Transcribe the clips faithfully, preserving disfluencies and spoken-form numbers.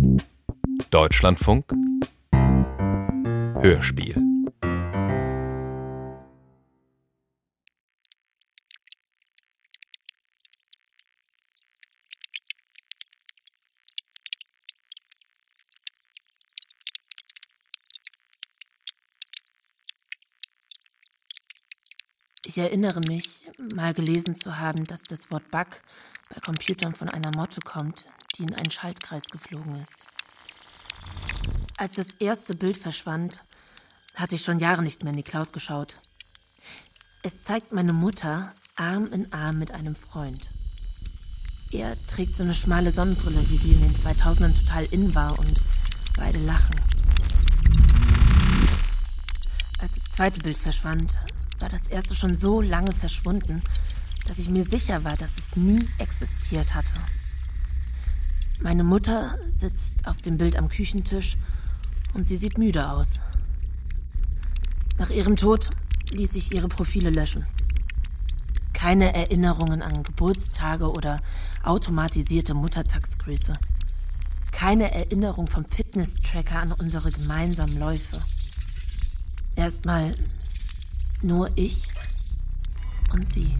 Deutschlandfunk Hörspiel. Ich erinnere mich, mal gelesen zu haben, dass das Wort Bug bei Computern von einer Motte kommt, die in einen Schaltkreis geflogen ist. Als das erste Bild verschwand, hatte ich schon Jahre nicht mehr in die Cloud geschaut. Es zeigt meine Mutter Arm in Arm mit einem Freund. Er trägt so eine schmale Sonnenbrille, wie sie in den zweitausendern total in war, und beide lachen. Als das zweite Bild verschwand, war das erste schon so lange verschwunden, dass ich mir sicher war, dass es nie existiert hatte. Meine Mutter sitzt auf dem Bild am Küchentisch und sie sieht müde aus. Nach ihrem Tod ließ ich ihre Profile löschen. Keine Erinnerungen an Geburtstage oder automatisierte Muttertagsgrüße. Keine Erinnerung vom Fitness-Tracker an unsere gemeinsamen Läufe. Erstmal nur ich und sie.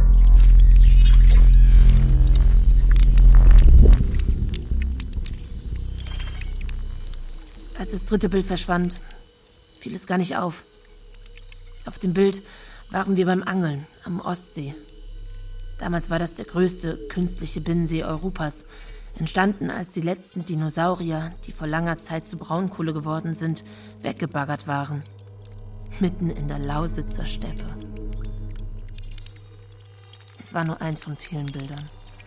Als das dritte Bild verschwand, fiel es gar nicht auf. Auf dem Bild waren wir beim Angeln am Ostsee. Damals war das der größte künstliche Binnensee Europas, entstanden, als die letzten Dinosaurier, die vor langer Zeit zu Braunkohle geworden sind, weggebaggert waren. Mitten in der Lausitzer Steppe. Es war nur eins von vielen Bildern.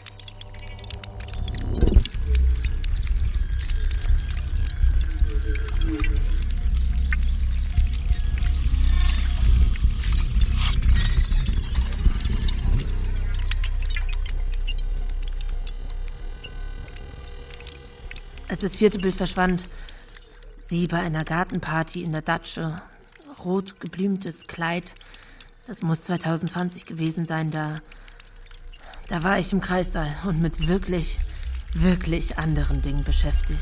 Als das vierte Bild verschwand, sie bei einer Gartenparty in der Datsche, rot geblümtes Kleid, das muss zwanzig zwanzig gewesen sein, da, da war ich im Kreissaal und mit wirklich, wirklich anderen Dingen beschäftigt.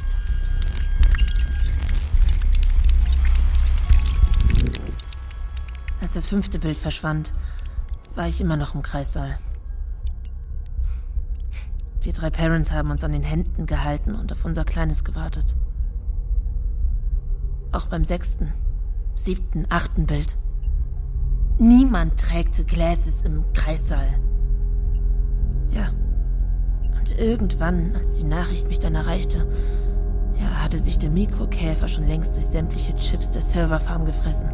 Als das fünfte Bild verschwand, war ich immer noch im Kreissaal. Wir drei Parents haben uns an den Händen gehalten und auf unser Kleines gewartet. Auch beim sechsten, siebten, achten Bild. Niemand trägt Glasses im Kreissaal. Ja, und irgendwann, als die Nachricht mich dann erreichte, ja, hatte sich der Mikrokäfer schon längst durch sämtliche Chips der Serverfarm gefressen.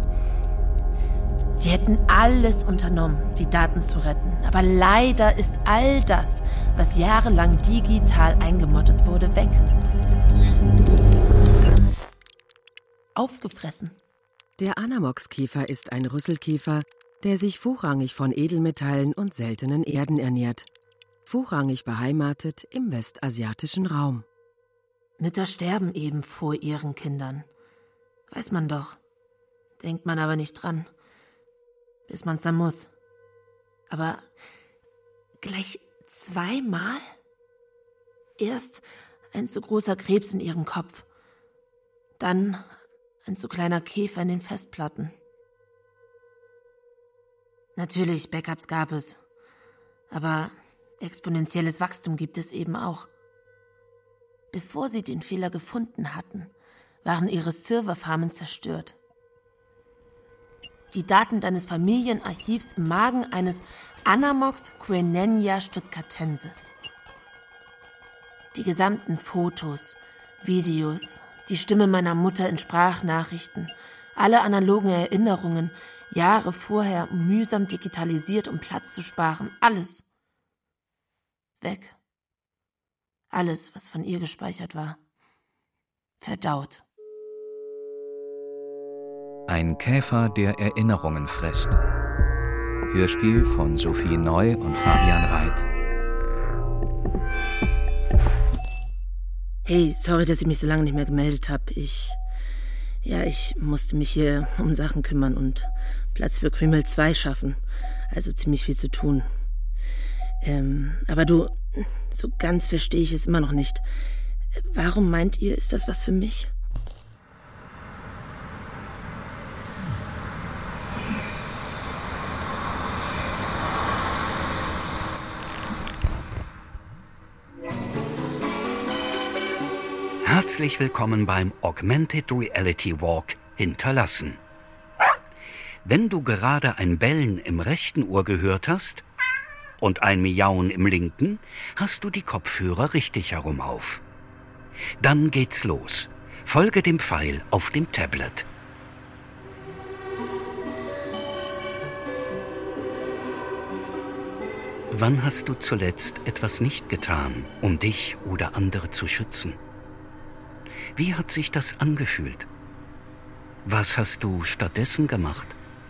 Sie hätten alles unternommen, die Daten zu retten. Aber leider ist all das, was jahrelang digital eingemottet wurde, weg. Aufgefressen. Der Anamox-Käfer ist ein Rüsselkäfer, der sich vorrangig von Edelmetallen und seltenen Erden ernährt. Vorrangig beheimatet im westasiatischen Raum. Mütter sterben eben vor ihren Kindern. Weiß man doch. Denkt man aber nicht dran. Bis man es dann muss. Aber gleich zweimal? Erst ein zu großer Krebs in ihrem Kopf. Dann ein zu kleiner Käfer in den Festplatten. Natürlich, Backups gab es. Aber exponentielles Wachstum gibt es eben auch. Bevor sie den Fehler gefunden hatten, waren ihre Serverfarmen zerstört. Die Daten deines Familienarchivs im Magen eines Anamox quinennia stuttgartensis. Die gesamten Fotos, Videos, die Stimme meiner Mutter in Sprachnachrichten, alle analogen Erinnerungen, Jahre vorher mühsam digitalisiert, um Platz zu sparen, alles weg. Alles, was von ihr gespeichert war, verdaut. Ein Käfer, der Erinnerungen frisst. Hörspiel von Sophie Neu und Fabian Reit. Hey, sorry, dass ich mich so lange nicht mehr gemeldet habe. Ich, ja, ich musste mich hier um Sachen kümmern und Platz für Krümel zwei schaffen. Also ziemlich viel zu tun. Ähm, aber du, so ganz verstehe ich es immer noch nicht. Warum meint ihr, ist das was für mich? Herzlich willkommen beim Augmented Reality Walk Hinterlassen. Wenn du gerade ein Bellen im rechten Ohr gehört hast und ein Miauen im linken, hast du die Kopfhörer richtig herum auf. Dann geht's los. Folge dem Pfeil auf dem Tablet. Wann hast du zuletzt etwas nicht getan, um dich oder andere zu schützen? Wie hat sich das angefühlt? Was hast du stattdessen gemacht?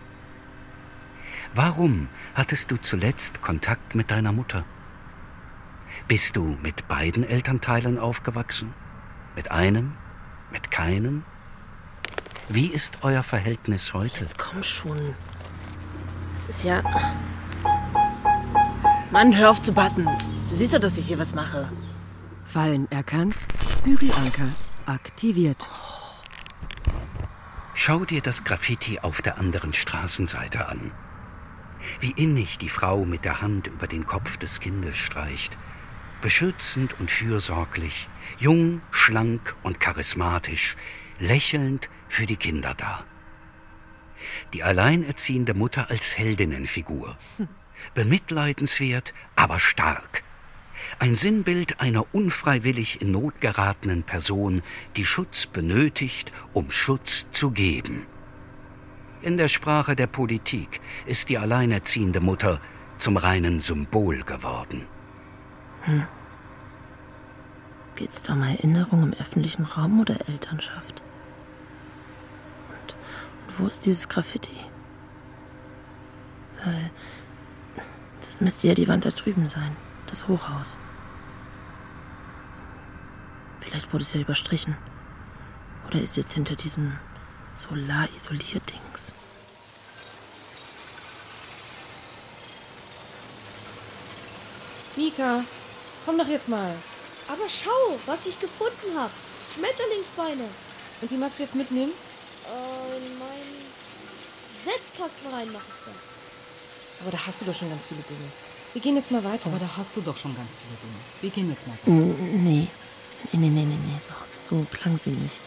Warum hattest du zuletzt Kontakt mit deiner Mutter? Bist du mit beiden Elternteilen aufgewachsen? Mit einem? Mit keinem? Wie ist euer Verhältnis heute? Jetzt komm schon. Das ist ja... Mann, hör auf zu bassen. Du siehst doch, dass ich hier was mache. Fallen erkannt, Bügelanker aktiviert. Schau dir das Graffiti auf der anderen Straßenseite an. Wie innig die Frau mit der Hand über den Kopf des Kindes streicht. Beschützend und fürsorglich, jung, schlank und charismatisch, lächelnd für die Kinder da. Die alleinerziehende Mutter als Heldinnenfigur. Bemitleidenswert, aber stark. Ein Sinnbild einer unfreiwillig in Not geratenen Person, die Schutz benötigt, um Schutz zu geben. In der Sprache der Politik ist die alleinerziehende Mutter zum reinen Symbol geworden. Hm. Geht's da um Erinnerung im öffentlichen Raum oder Elternschaft? Und, und wo ist dieses Graffiti? Das müsste ja die Wand da drüben sein. Das Hochhaus. Vielleicht wurde es ja überstrichen. Oder ist jetzt hinter diesem Solar-Isolier-Dings? Mika, komm doch jetzt mal. Aber schau, was ich gefunden habe. Schmetterlingsbeine. Und die magst du jetzt mitnehmen? Äh, in meinen Setzkasten rein mache ich das. Aber da hast du doch schon ganz viele Dinge. Wir gehen jetzt mal weiter. Aber da hast du doch schon ganz viele Dinge. Wir gehen jetzt mal weiter. Nee. Nee, nee, nee, nee, nee. So, so klang sie nicht.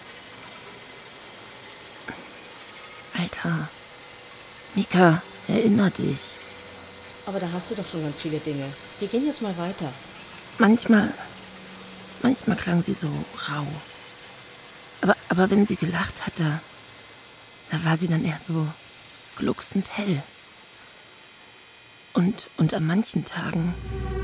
Alter. Mika, erinner dich. Aber da hast du doch schon ganz viele Dinge. Wir gehen jetzt mal weiter. Manchmal, manchmal klang sie so rau. Aber, aber wenn sie gelacht hat, da, da war sie dann eher so glucksend hell. Und, und an manchen Tagen...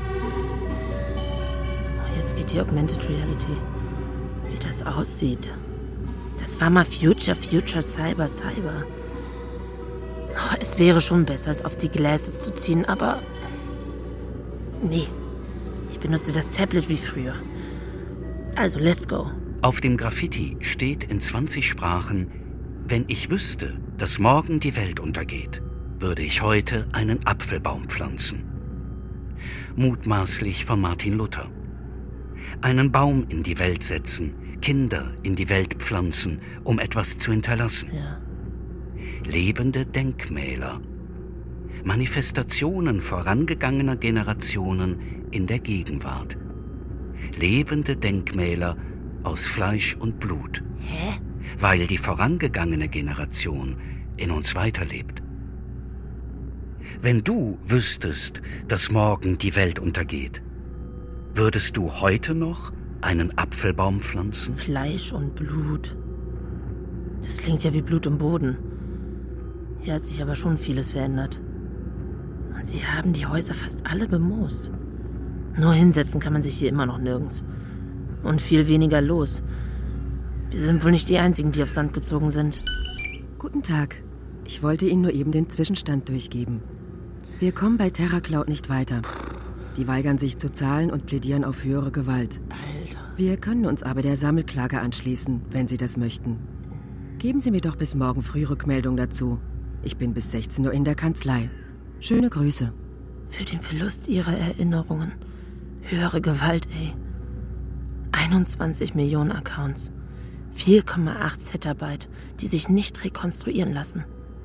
Oh, jetzt geht die Augmented Reality. Wie das aussieht. Das war mal Future, Future, Cyber, Cyber. Oh, es wäre schon besser, es auf die Glasses zu ziehen, aber... Nee, ich benutze das Tablet wie früher. Also, let's go. Auf dem Graffiti steht in zwanzig Sprachen: Wenn ich wüsste, dass morgen die Welt untergeht, würde ich heute einen Apfelbaum pflanzen. Mutmaßlich von Martin Luther. Einen Baum in die Welt setzen, Kinder in die Welt pflanzen, um etwas zu hinterlassen. Ja. Lebende Denkmäler. Manifestationen vorangegangener Generationen in der Gegenwart. Lebende Denkmäler aus Fleisch und Blut. Hä? Weil die vorangegangene Generation in uns weiterlebt. Wenn du wüsstest, dass morgen die Welt untergeht, würdest du heute noch einen Apfelbaum pflanzen? Fleisch und Blut. Das klingt ja wie Blut im Boden. Hier hat sich aber schon vieles verändert. Und sie haben die Häuser fast alle bemoost. Nur hinsetzen kann man sich hier immer noch nirgends. Und viel weniger los. Wir sind wohl nicht die Einzigen, die aufs Land gezogen sind. Guten Tag. Ich wollte Ihnen nur eben den Zwischenstand durchgeben. Wir kommen bei TerraCloud nicht weiter. Die weigern sich zu zahlen und plädieren auf höhere Gewalt. Alter. Wir können uns aber der Sammelklage anschließen, wenn Sie das möchten. Geben Sie mir doch bis morgen früh Rückmeldung dazu. Ich bin bis sechzehn Uhr in der Kanzlei. Schöne Grüße. Für den Verlust ihrer Erinnerungen. Höhere Gewalt, ey. einundzwanzig Millionen Accounts. vier Komma acht Zettabyte, die sich nicht rekonstruieren lassen.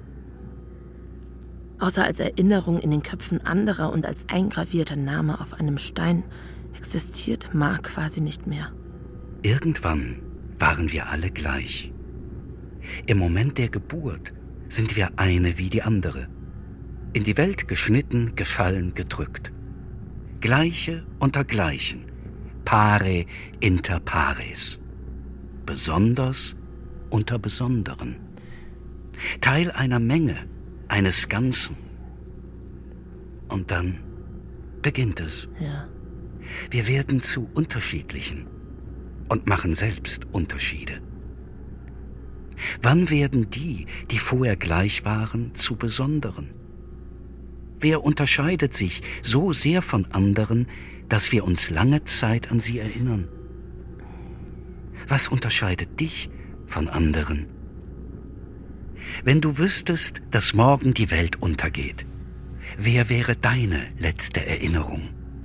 Außer als Erinnerung in den Köpfen anderer und als eingravierter Name auf einem Stein existiert Ma quasi nicht mehr. Irgendwann waren wir alle gleich. Im Moment der Geburt sind wir eine wie die andere. In die Welt geschnitten, gefallen, gedrückt. Gleiche unter Gleichen. Pare inter pares. Besonders unter Besonderen. Teil einer Menge, eines Ganzen. Und dann beginnt es. Ja. Wir werden zu Unterschiedlichen und machen selbst Unterschiede. Wann werden die, die vorher gleich waren, zu Besonderen? Wer unterscheidet sich so sehr von anderen, dass wir uns lange Zeit an sie erinnern? Was unterscheidet dich von anderen? Wenn du wüsstest, dass morgen die Welt untergeht, wer wäre deine letzte Erinnerung?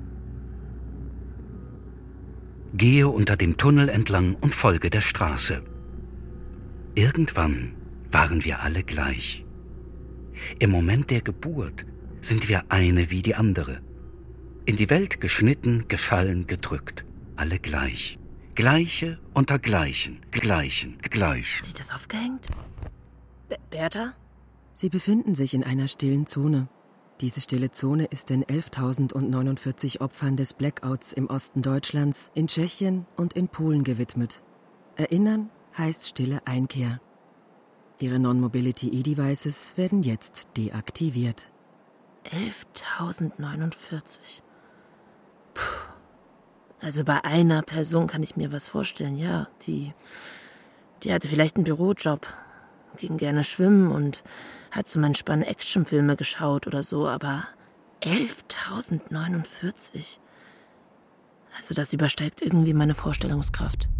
Gehe unter dem Tunnel entlang und folge der Straße. Irgendwann waren wir alle gleich. Im Moment der Geburt sind wir eine wie die andere. In die Welt geschnitten, gefallen, gedrückt. Alle gleich. Gleiche unter Gleichen, Gleichen, gleich. Hat sich das aufgehängt? Be- Bertha? Sie befinden sich in einer stillen Zone. Diese stille Zone ist den elftausendneunundvierzig Opfern des Blackouts im Osten Deutschlands, in Tschechien und in Polen gewidmet. Erinnern heißt stille Einkehr. Ihre Non-Mobility-E-Devices werden jetzt deaktiviert. elftausendneunundvierzig. Puh. Also bei einer Person kann ich mir was vorstellen, ja. Die, die hatte vielleicht einen Bürojob, ging gerne schwimmen und hat zum Entspannen Actionfilme geschaut oder so, aber elftausendneunundvierzig? Also das übersteigt irgendwie meine Vorstellungskraft.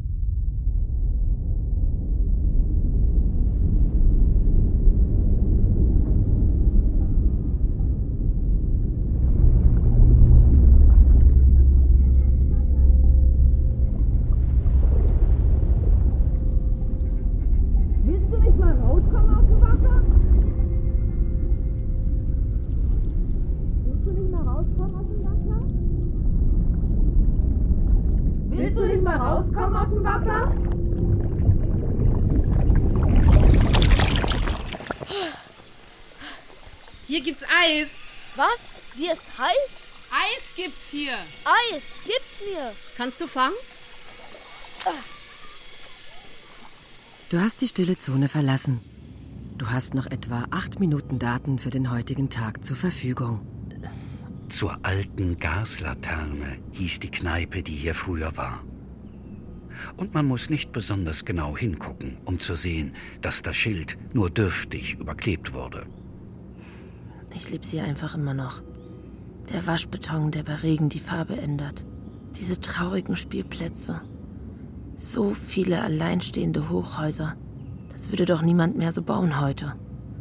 Hier gibt's Eis. Was? Dir ist heiß? Eis gibt's hier. Eis, gib's mir. Kannst du fangen? Du hast die stille Zone verlassen. Du hast noch etwa acht Minuten Daten für den heutigen Tag zur Verfügung. Zur alten Gaslaterne hieß die Kneipe, die hier früher war. Und man muss nicht besonders genau hingucken, um zu sehen, dass das Schild nur dürftig überklebt wurde. Ich liebe sie einfach immer noch. Der Waschbeton, der bei Regen die Farbe ändert. Diese traurigen Spielplätze. So viele alleinstehende Hochhäuser. Das würde doch niemand mehr so bauen heute.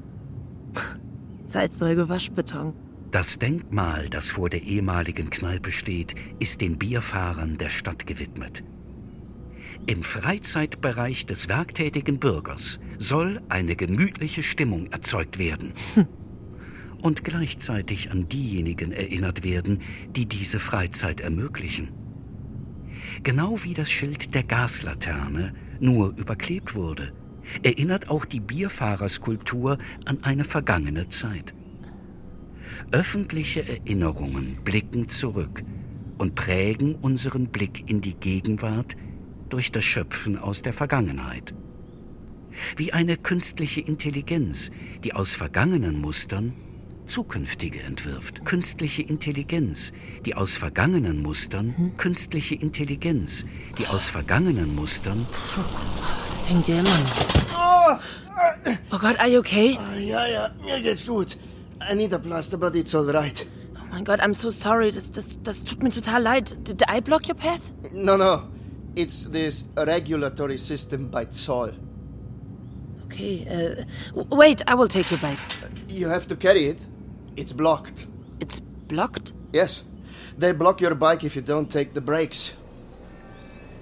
Zeitzeuge Waschbeton. Das Denkmal, das vor der ehemaligen Kneipe steht, ist den Bierfahrern der Stadt gewidmet. Im Freizeitbereich des werktätigen Bürgers soll eine gemütliche Stimmung erzeugt werden. Hm. Und gleichzeitig an diejenigen erinnert werden, die diese Freizeit ermöglichen. Genau wie das Schild der Gaslaterne nur überklebt wurde, erinnert auch die Bierfahrerskulptur an eine vergangene Zeit. Öffentliche Erinnerungen blicken zurück und prägen unseren Blick in die Gegenwart durch das Schöpfen aus der Vergangenheit. Wie eine künstliche Intelligenz, die aus vergangenen Mustern zukünftige entwirft. Künstliche Intelligenz, die aus vergangenen Mustern, hm? künstliche Intelligenz, die aus vergangenen Mustern... Das hängt ja immer noch. Oh Gott, are you okay? Uh, ja, ja, mir geht's gut. I need a plaster, but it's all right. Oh mein Gott, I'm so sorry. Das, das, das tut mir total leid. Did I block your path? No, no. It's this regulatory system by Zoll. Okay, uh, wait, I will take your bike. You have to carry it. It's blocked. It's blocked? Yes. They block your bike if you don't take the brakes.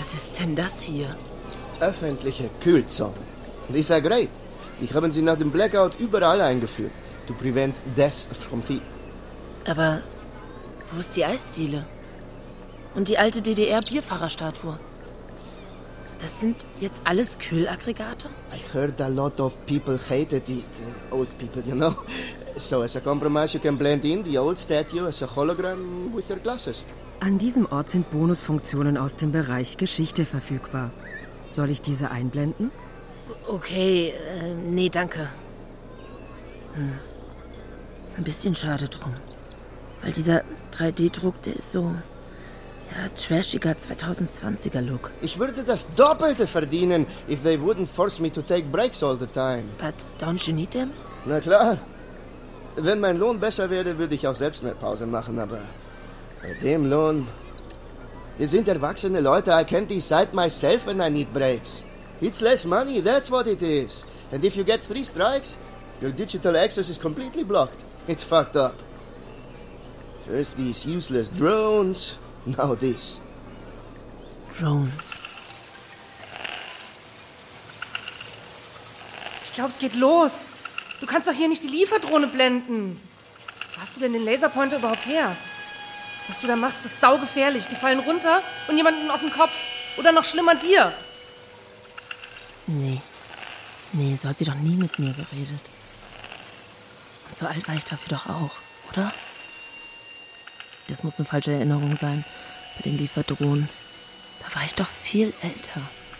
Was ist denn das hier? Öffentliche Kühlzone. These are great. Die haben sie nach dem Blackout überall eingeführt. To prevent death from heat. Aber wo ist die Eisdiele? Und die alte D D R-Bierfahrerstatue? Das sind jetzt alles Kühlaggregate? I heard a lot of people hated it. Uh, old people, you know. So as a compromise you can blend in the old statue as a hologram with your glasses. An diesem Ort sind Bonusfunktionen aus dem Bereich Geschichte verfügbar. Soll ich diese einblenden? Okay, äh, nee, danke. Hm. Ein bisschen schade drum. Weil dieser drei D-Druck, der ist so... ja, trashiger zweitausendzwanziger Look. Ich würde das Doppelte verdienen, if they wouldn't force me to take breaks all the time. But don't you need them? Na klar. Wenn mein Lohn besser wäre, würde ich auch selbst mehr Pause machen, aber... bei dem Lohn... Wir sind erwachsene Leute, I can't decide myself when I need breaks. It's less money, that's what it is. And if you get three strikes, your digital access is completely blocked. It's fucked up. First these useless drones, now this. Drones. Ich glaube, es geht los. Du kannst doch hier nicht die Lieferdrohne blenden. Wo hast du denn den Laserpointer überhaupt her? Was du da machst, ist saugefährlich. Die fallen runter und jemanden auf den Kopf. Oder noch schlimmer, dir. Nee. Nee, so hat sie doch nie mit mir geredet. Und so alt war ich dafür doch auch, oder? Das muss eine falsche Erinnerung sein. Bei den Lieferdrohnen. Da war ich doch viel älter.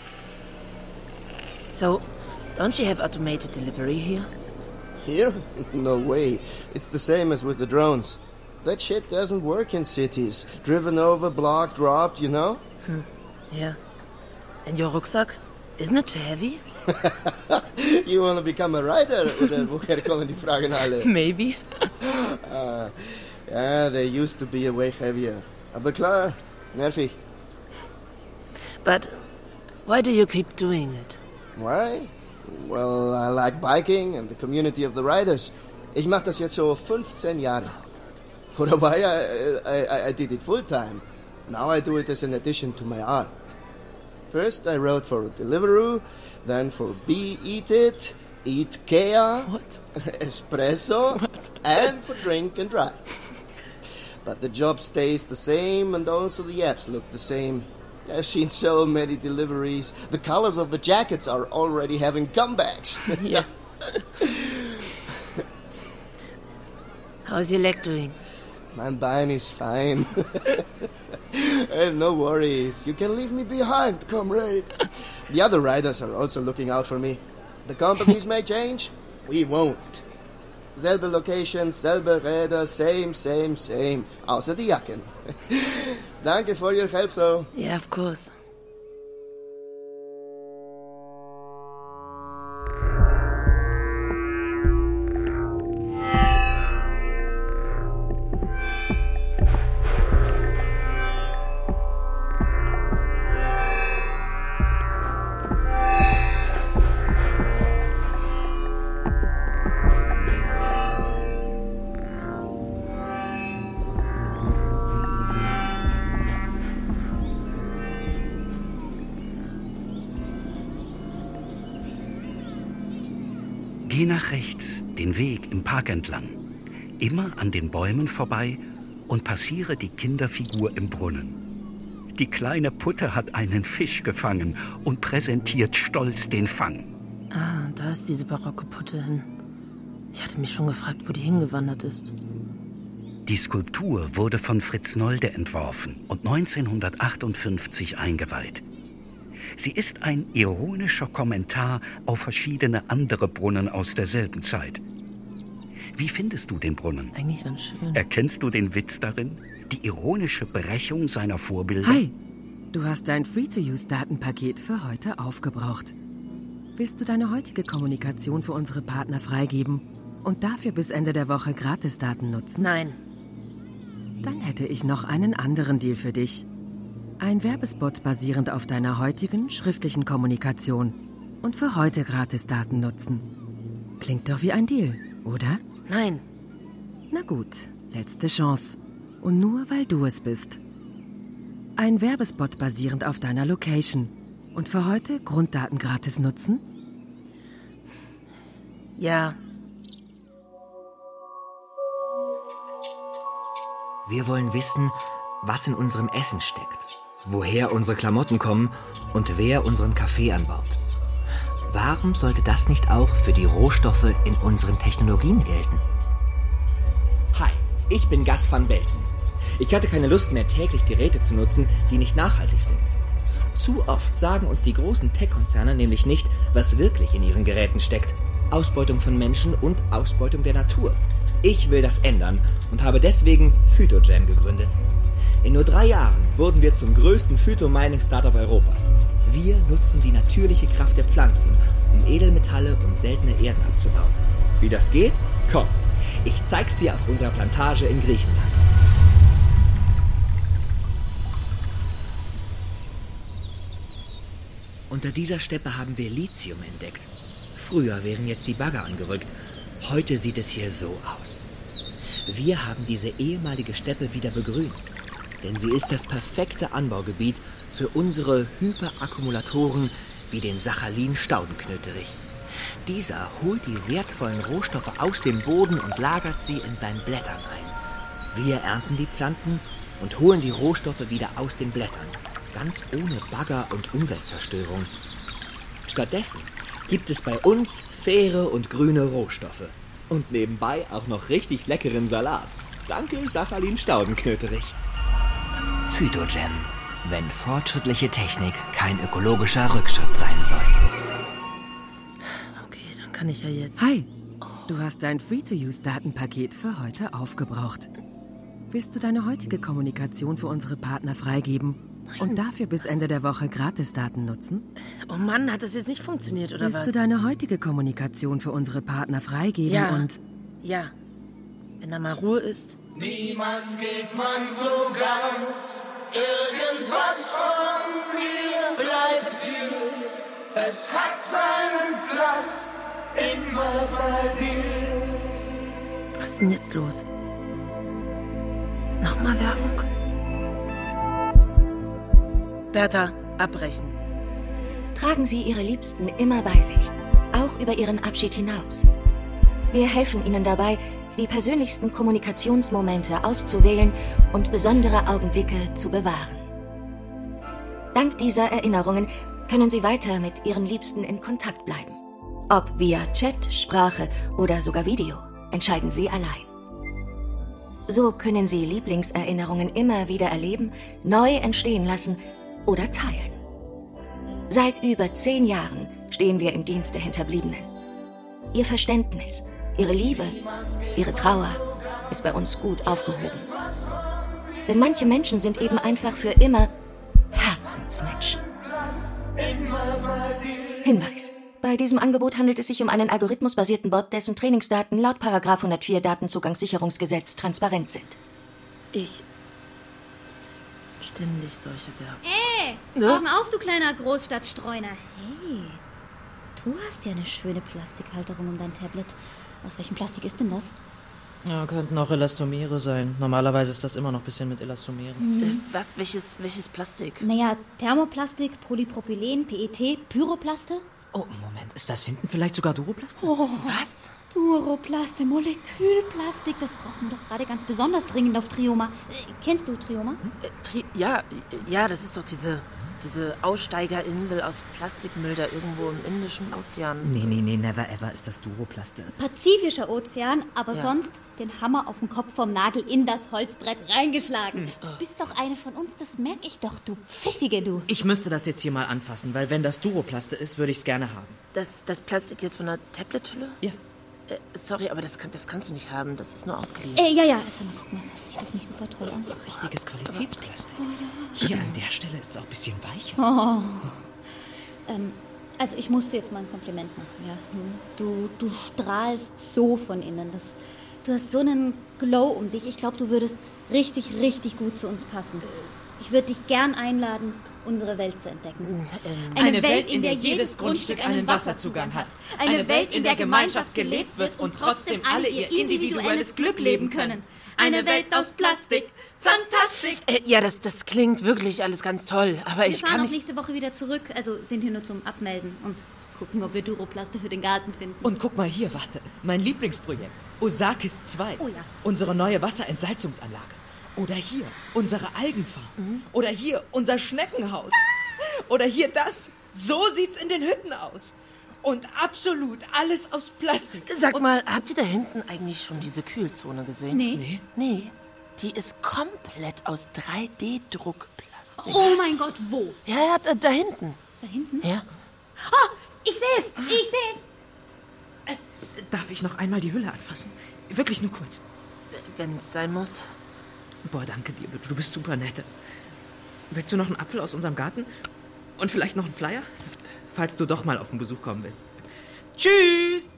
So, don't you have automated delivery here? Here? No way. It's the same as with the drones. That shit doesn't work in cities. Driven over, blocked, dropped, you know? Hm, yeah. And your rucksack? Isn't it too heavy? You wanna become a rider? Oder woher kommen die Fragen alle? Maybe. uh, yeah, they used to be a way heavier. Aber klar, nervig. But why do you keep doing it? Why? Well, I like biking and the community of the riders. Ich mach das jetzt so fünfzehn Jahre. For a while, I, I, I did it full time. Now I do it as an addition to my art. First, I wrote for Deliveroo, then for Be Eat It, Eat Kea, What? Espresso, What? and for Drink and Drive. But the job stays the same, and also the apps look the same. I've seen so many deliveries. The colors of the jackets are already having comebacks. Yeah. How's your leg doing? My bein is fine. And no worries. You can leave me behind, comrade. The other riders are also looking out for me. The companies may change. We won't. Selbe Location, selbe Räder, same, same, same. Außer die Jacken. Danke for your help, though. Yeah, of course. Geh nach rechts, den Weg im Park entlang, immer an den Bäumen vorbei und passiere die Kinderfigur im Brunnen. Die kleine Putte hat einen Fisch gefangen und präsentiert stolz den Fang. Ah, da ist diese barocke Putte hin. Ich hatte mich schon gefragt, wo die hingewandert ist. Die Skulptur wurde von Fritz Nolde entworfen und neunzehnhundertachtundfünfzig eingeweiht. Sie ist ein ironischer Kommentar auf verschiedene andere Brunnen aus derselben Zeit. Wie findest du den Brunnen? Eigentlich ganz schön. Erkennst du den Witz darin? Die ironische Brechung seiner Vorbilder? Hi, du hast dein Free-to-Use-Datenpaket für heute aufgebraucht. Willst du deine heutige Kommunikation für unsere Partner freigeben und dafür bis Ende der Woche Gratisdaten nutzen? Nein. Dann hätte ich noch einen anderen Deal für dich. Ein Werbespot basierend auf deiner heutigen schriftlichen Kommunikation und für heute Gratisdaten nutzen. Klingt doch wie ein Deal, oder? Nein. Na gut, letzte Chance. Und nur weil du es bist. Ein Werbespot basierend auf deiner Location. Und für heute Grunddaten gratis nutzen? Ja. Wir wollen wissen, was in unserem Essen steckt, woher unsere Klamotten kommen und wer unseren Kaffee anbaut. Warum sollte das nicht auch für die Rohstoffe in unseren Technologien gelten? Hi, ich bin Gus van Belten. Ich hatte keine Lust mehr, täglich Geräte zu nutzen, die nicht nachhaltig sind. Zu oft sagen uns die großen Tech-Konzerne nämlich nicht, was wirklich in ihren Geräten steckt. Ausbeutung von Menschen und Ausbeutung der Natur. Ich will das ändern und habe deswegen Phytogen gegründet. In nur drei Jahren wurden wir zum größten Phytomining-Startup Europas. Wir nutzen die natürliche Kraft der Pflanzen, um Edelmetalle und seltene Erden abzubauen. Wie das geht? Komm, ich zeig's dir auf unserer Plantage in Griechenland. Unter dieser Steppe haben wir Lithium entdeckt. Früher wären jetzt die Bagger angerückt. Heute sieht es hier so aus. Wir haben diese ehemalige Steppe wieder begrünt. Denn sie ist das perfekte Anbaugebiet für unsere Hyperakkumulatoren wie den Sachalin-Staudenknöterich. Dieser holt die wertvollen Rohstoffe aus dem Boden und lagert sie in seinen Blättern ein. Wir ernten die Pflanzen und holen die Rohstoffe wieder aus den Blättern. Ganz ohne Bagger und Umweltzerstörung. Stattdessen gibt es bei uns faire und grüne Rohstoffe. Und nebenbei auch noch richtig leckeren Salat. Danke, Sachalin-Staudenknöterich. Phytogen, wenn fortschrittliche Technik kein ökologischer Rückschritt sein soll. Okay, dann kann ich ja jetzt... Hi, du hast dein Free-to-Use-Datenpaket für heute aufgebraucht. Willst du deine heutige Kommunikation für unsere Partner freigeben und dafür bis Ende der Woche Gratisdaten nutzen? Oh Mann, hat das jetzt nicht funktioniert, oder Willst was? du deine heutige Kommunikation für unsere Partner freigeben Ja. und... Ja, wenn da mal Ruhe ist. Niemals geht man so ganz, irgendwas von mir bleibt dir. Es hat seinen Platz immer bei dir. Was ist denn jetzt los? Nochmal Werbung? Bertha, abbrechen. Tragen Sie Ihre Liebsten immer bei sich, auch über Ihren Abschied hinaus. Wir helfen Ihnen dabei, die persönlichsten Kommunikationsmomente auszuwählen und besondere Augenblicke zu bewahren. Dank dieser Erinnerungen können Sie weiter mit Ihren Liebsten in Kontakt bleiben. Ob via Chat, Sprache oder sogar Video, entscheiden Sie allein. So können Sie Lieblingserinnerungen immer wieder erleben, neu entstehen lassen oder teilen. Seit über zehn Jahren stehen wir im Dienst der Hinterbliebenen. Ihr Verständnis, Ihre Liebe, Ihre Trauer ist bei uns gut aufgehoben. Denn manche Menschen sind eben einfach für immer Herzensmenschen. Hinweis. Bei diesem Angebot handelt es sich um einen algorithmusbasierten Bot, dessen Trainingsdaten laut Paragraph hundertvier Datenzugangssicherungsgesetz transparent sind. Ich... Ständig solche Werbung. Ey, Ne? Augen auf, du kleiner Großstadtstreuner. Hey, du hast ja eine schöne Plastikhalterung um dein Tablet. Aus welchem Plastik ist denn das? Ja, könnten auch Elastomere sein. Normalerweise ist das immer noch ein bisschen mit Elastomeren. Mhm. Was? Welches, welches Plastik? Naja, Thermoplastik, Polypropylen, P E T, Pyroplaste. Oh, Moment, ist das hinten vielleicht sogar Duroplaste? Oh, was? Duroplaste, Molekülplastik, das brauchen wir doch gerade ganz besonders dringend auf Trioma. Äh, kennst du Trioma? Hm? Äh, Tri ja, ja, das ist doch diese, diese Aussteigerinsel aus Plastikmüll da irgendwo im Indischen Ozean. Nee, nee, nee, never ever ist das Duroplaste. Pazifischer Ozean, aber Ja. sonst den Hammer auf den Kopf vom Nagel in das Holzbrett reingeschlagen. Hm. Du bist doch eine von uns, das merke ich doch, du Pfiffige, du. Ich müsste das jetzt hier mal anfassen, weil wenn das Duroplaste ist, würde ich es gerne haben. Das, das Plastik jetzt von der Tablet-Hülle? Ja. Äh, sorry, aber das, kann, das kannst du nicht haben. Das ist nur ausgeliehen. Äh, ja, ja, also mal gucken, lässt sich das nicht super toll an. Richtiges Qualitätsplastik. Oh, ja. Hier an der Stelle ist es auch ein bisschen weicher. Oh. Ähm, also ich muss dir jetzt mal ein Kompliment machen, ja. Du, du strahlst so von innen. Das, du hast so einen Glow um dich. Ich glaube, du würdest richtig, richtig gut zu uns passen. Ich würde dich gern einladen unsere Welt zu entdecken. Eine, Eine Welt, in der jedes Grundstück einen Wasserzugang hat. Eine Welt, in der Gemeinschaft gelebt wird und trotzdem alle ihr individuelles Glück leben können. Eine Welt aus Plastik. Fantastisch! Äh, ja, das, das klingt wirklich alles ganz toll, aber wir ich fahren kann auch mich... nächste Woche wieder zurück, also sind hier nur zum Abmelden und gucken, ob wir Duroplaste für den Garten finden. Und guck mal hier, warte, mein Lieblingsprojekt, Osakis zwei. Oh ja. Unsere neue Wasserentsalzungsanlage. Oder hier, unsere Algenfarm. Mhm. Oder hier, unser Schneckenhaus. Oder hier das. So sieht's in den Hütten aus. Und absolut alles aus Plastik. Sag und mal, habt ihr da hinten eigentlich schon diese Kühlzone gesehen? Nee. Nee? Nee, die ist komplett aus drei D Druckplastik. Oh mein Gott, wo? Ja, ja, da, da hinten. Da hinten? Ja. Oh, ich seh's, ich seh's. Äh, darf ich noch einmal die Hülle anfassen? Wirklich nur kurz. Wenn es sein muss. Boah, danke dir, du bist super nett. Willst du noch einen Apfel aus unserem Garten? Und vielleicht noch einen Flyer? Falls du doch mal auf den Besuch kommen willst. Tschüss!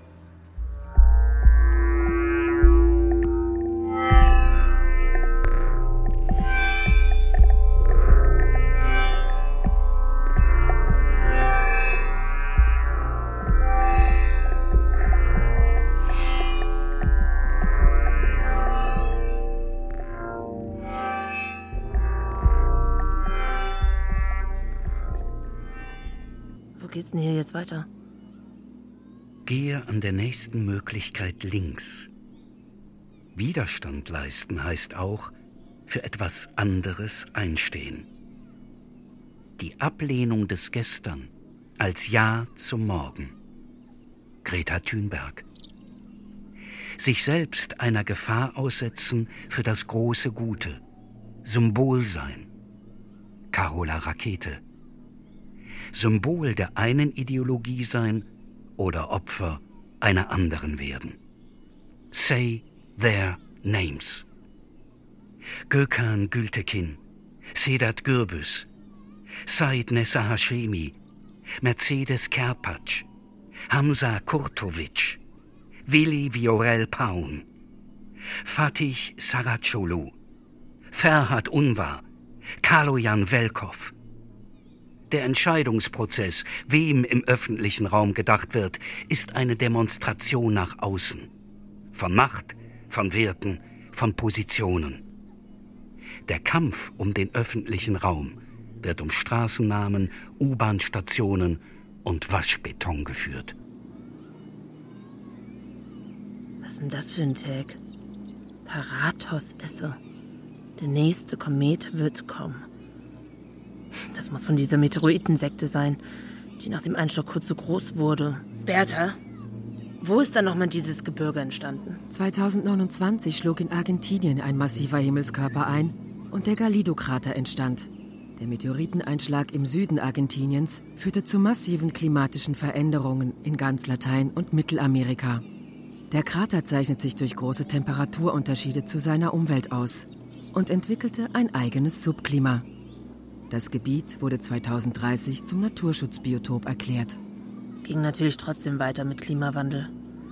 Wo geht's denn hier jetzt weiter? Gehe an der nächsten Möglichkeit links. Widerstand leisten heißt auch, für etwas anderes einstehen. Die Ablehnung des Gestern als Ja zum Morgen. Greta Thunberg. Sich selbst einer Gefahr aussetzen für das große Gute. Symbol sein. Carola Rakete. Symbol der einen Ideologie sein oder Opfer einer anderen werden. Say their names. Gökhan Gültekin, Sedat Gürbüz, Said Nessa Hashemi, Mercedes Kerpatsch, Hamza Kurtovic, Willi Viorel Paun, Fatih Saracoglu, Ferhat Unvar, Kaloyan Velkov. Der Entscheidungsprozess, wem im öffentlichen Raum gedacht wird, ist eine Demonstration nach außen. Von Macht, von Werten, von Positionen. Der Kampf um den öffentlichen Raum wird um Straßennamen, U-Bahn-Stationen und Waschbeton geführt. Was ist denn das für ein Tag? Paratos-Esse. Der nächste Komet wird kommen. Das muss von dieser Meteoritensekte sein, die nach dem Einschlag kurz so groß wurde. Bertha, wo ist dann nochmal dieses Gebirge entstanden? zweitausendneunundzwanzig schlug in Argentinien ein massiver Himmelskörper ein und der Galido-Krater entstand. Der Meteoriteneinschlag im Süden Argentiniens führte zu massiven klimatischen Veränderungen in ganz Latein- und Mittelamerika. Der Krater zeichnet sich durch große Temperaturunterschiede zu seiner Umwelt aus und entwickelte ein eigenes Subklima. Das Gebiet wurde zweitausenddreißig zum Naturschutzbiotop erklärt. Ging natürlich trotzdem weiter mit Klimawandel.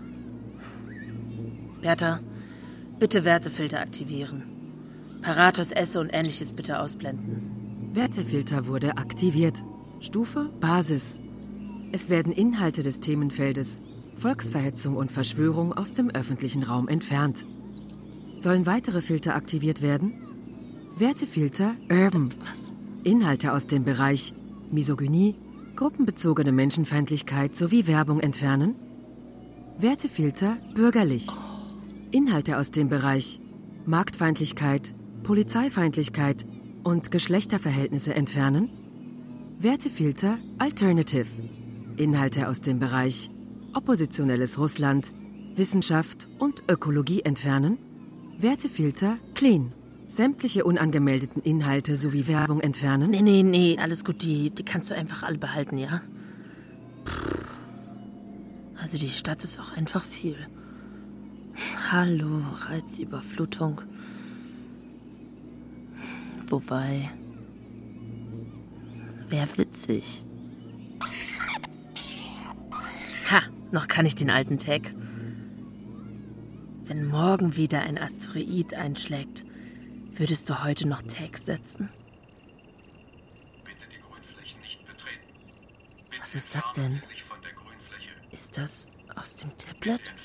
Bertha, bitte Wertefilter aktivieren. Paratos Esse und Ähnliches bitte ausblenden. Wertefilter wurde aktiviert. Stufe Basis. Es werden Inhalte des Themenfeldes Volksverhetzung und Verschwörung aus dem öffentlichen Raum entfernt. Sollen weitere Filter aktiviert werden? Wertefilter Urban. Was? Inhalte aus dem Bereich Misogynie, gruppenbezogene Menschenfeindlichkeit sowie Werbung entfernen. Wertefilter bürgerlich. Inhalte aus dem Bereich Marktfeindlichkeit, Polizeifeindlichkeit und Geschlechterverhältnisse entfernen. Wertefilter alternative. Inhalte aus dem Bereich oppositionelles Russland, Wissenschaft und Ökologie entfernen. Wertefilter clean. Sämtliche unangemeldeten Inhalte sowie Werbung entfernen? Nee, nee, nee, alles gut, die, die kannst du einfach alle behalten, ja? Also die Stadt ist auch einfach viel. Hallo, Reizüberflutung. Wobei, wär witzig. Ha, noch kann ich den alten Tag. Wenn morgen wieder ein Asteroid einschlägt, würdest du heute noch Tags setzen? Bitte die Was ist das denn? Ist das aus dem Tablet?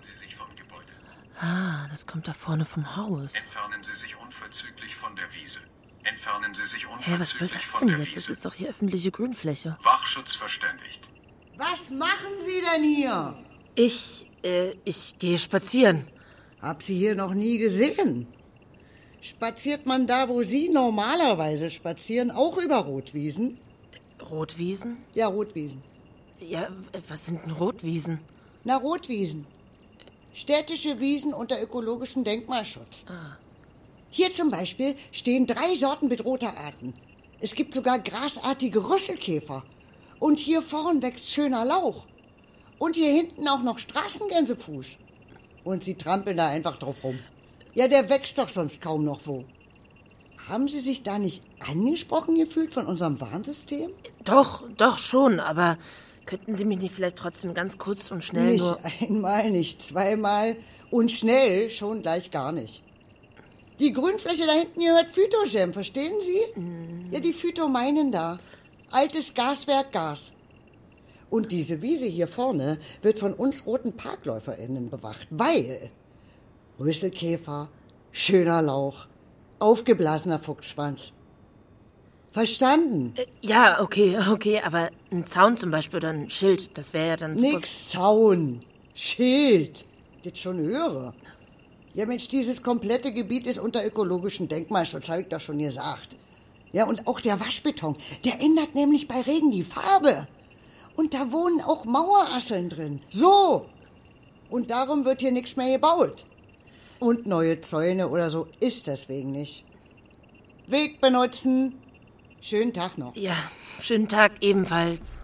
Ah, das kommt da vorne vom Haus. Entfernen Sie sich unverzüglich von der Wiese. Entfernen Sie sich unverzüglich Hä, was soll das denn jetzt? Es ist doch hier öffentliche Grünfläche. Wachschutz verständigt. Was machen Sie denn hier? Ich, äh, ich gehe spazieren. Hab Sie hier noch nie gesehen. Spaziert man da, wo Sie normalerweise spazieren, auch über Rotwiesen? Rotwiesen? Ja, Rotwiesen. Ja, was sind denn Rotwiesen? Na, Rotwiesen. Städtische Wiesen unter ökologischem Denkmalschutz. Ah. Hier zum Beispiel stehen drei Sorten bedrohter Arten. Es gibt sogar grasartige Rüsselkäfer. Und hier vorn wächst schöner Lauch. Und hier hinten auch noch Straßengänsefuß. Und Sie trampeln da einfach drauf rum. Ja, der wächst doch sonst kaum noch wo. Haben Sie sich da nicht angesprochen gefühlt von unserem Warnsystem? Doch, doch schon, aber könnten Sie mich nicht vielleicht trotzdem ganz kurz und schnell nicht nur... Nicht einmal, nicht zweimal und schnell schon gleich gar nicht. Die Grünfläche da hinten gehört Phytochem, verstehen Sie? Mm. Ja, die Phyto meinen da. Altes Gaswerk Gas. Und diese Wiese hier vorne wird von uns roten ParkläuferInnen bewacht, weil Rüsselkäfer, schöner Lauch, aufgeblasener Fuchsschwanz. Verstanden? Äh, ja, okay, okay, aber ein Zaun zum Beispiel oder ein Schild, das wäre ja dann super. Nix Zaun, Schild, das schon höre. Ja Mensch, dieses komplette Gebiet ist unter ökologischem Denkmalschutz, habe ich doch schon gesagt. Ja, und auch der Waschbeton, der ändert nämlich bei Regen die Farbe. Und da wohnen auch Mauerasseln drin. So. Und darum wird hier nichts mehr gebaut. Und neue Zäune oder so ist deswegen nicht. Weg benutzen. Schönen Tag noch. Ja, schönen Tag ebenfalls.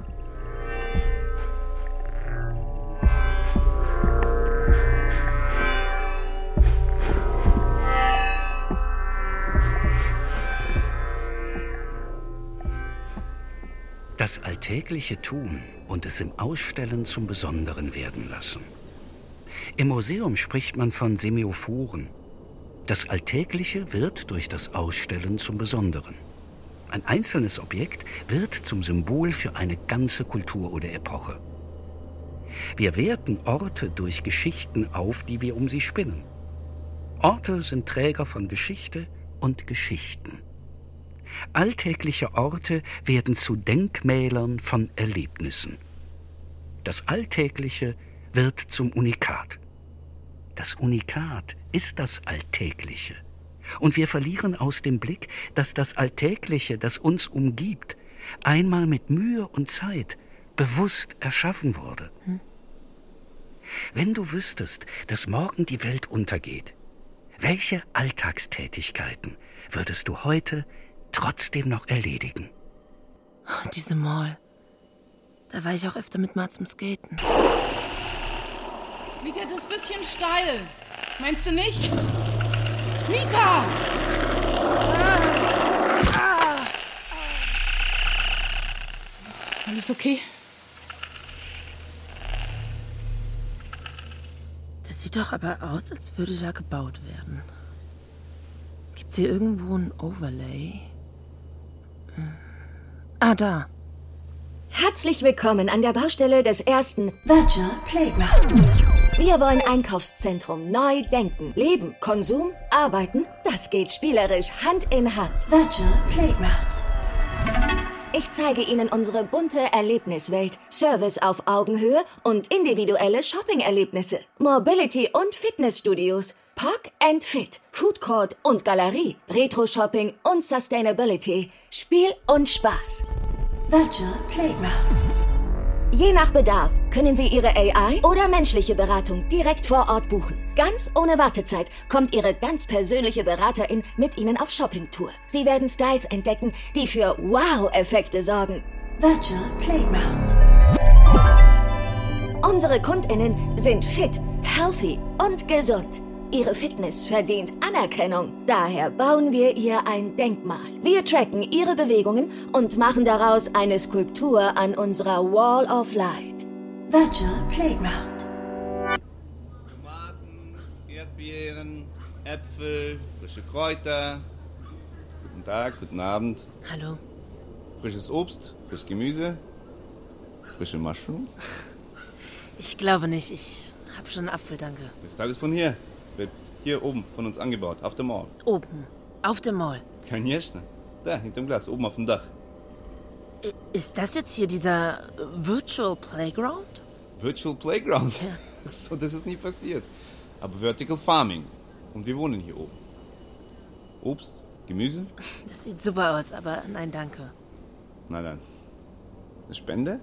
Das alltägliche Tun und es im Ausstellen zum Besonderen werden lassen. Im Museum spricht man von Semiophoren. Das Alltägliche wird durch das Ausstellen zum Besonderen. Ein einzelnes Objekt wird zum Symbol für eine ganze Kultur oder Epoche. Wir werten Orte durch Geschichten auf, die wir um sie spinnen. Orte sind Träger von Geschichte und Geschichten. Alltägliche Orte werden zu Denkmälern von Erlebnissen. Das Alltägliche wird zum Unikat. Das Unikat ist das Alltägliche. Und wir verlieren aus dem Blick, dass das Alltägliche, das uns umgibt, einmal mit Mühe und Zeit bewusst erschaffen wurde. Hm. Wenn du wüsstest, dass morgen die Welt untergeht, welche Alltagstätigkeiten würdest du heute trotzdem noch erledigen? Oh, diese Mall. Da war ich auch öfter mit Ma zum Skaten. Mika, das ist ein bisschen steil. Meinst du nicht? Mika! Ah. Ah. Alles okay? Das sieht doch aber aus, als würde da gebaut werden. Gibt's hier irgendwo ein Overlay? Ah, da. Herzlich willkommen an der Baustelle des ersten Virtual Playground. Wir wollen Einkaufszentrum neu denken. Leben, Konsum, Arbeiten, das geht spielerisch Hand in Hand. Virtual Playground. Ich zeige Ihnen unsere bunte Erlebniswelt, Service auf Augenhöhe und individuelle Shopping-Erlebnisse, Mobility- und Fitnessstudios, Park and Fit, Food Court und Galerie, Retro-Shopping und Sustainability, Spiel und Spaß. Virtual Playground. Je nach Bedarf können Sie Ihre A I oder menschliche Beratung direkt vor Ort buchen. Ganz ohne Wartezeit kommt Ihre ganz persönliche Beraterin mit Ihnen auf Shoppingtour. Sie werden Styles entdecken, die für Wow-Effekte sorgen. Virtual Playground. Unsere KundInnen sind fit, healthy und gesund. Ihre Fitness verdient Anerkennung. Daher bauen wir ihr ein Denkmal. Wir tracken ihre Bewegungen und machen daraus eine Skulptur an unserer Wall of Light. Virtual Playground. Tomaten, Erdbeeren, Äpfel, frische Kräuter. Guten Tag, guten Abend. Hallo. Frisches Obst, frisches Gemüse. Frische Mushrooms? Ich glaube nicht. Ich habe schon einen Apfel, danke. Das Teil ist von hier. Wird hier oben von uns angebaut, auf der Mall. Oben? Auf der Mall? Kein Jasna. Da, hinterm Glas, oben auf dem Dach. Ist das jetzt hier dieser Virtual Playground? Virtual Playground? Ja. So, das ist nie passiert. Aber Vertical Farming. Und wir wohnen hier oben. Obst, Gemüse? Das sieht super aus, aber nein, danke. Na dann. Eine Spende?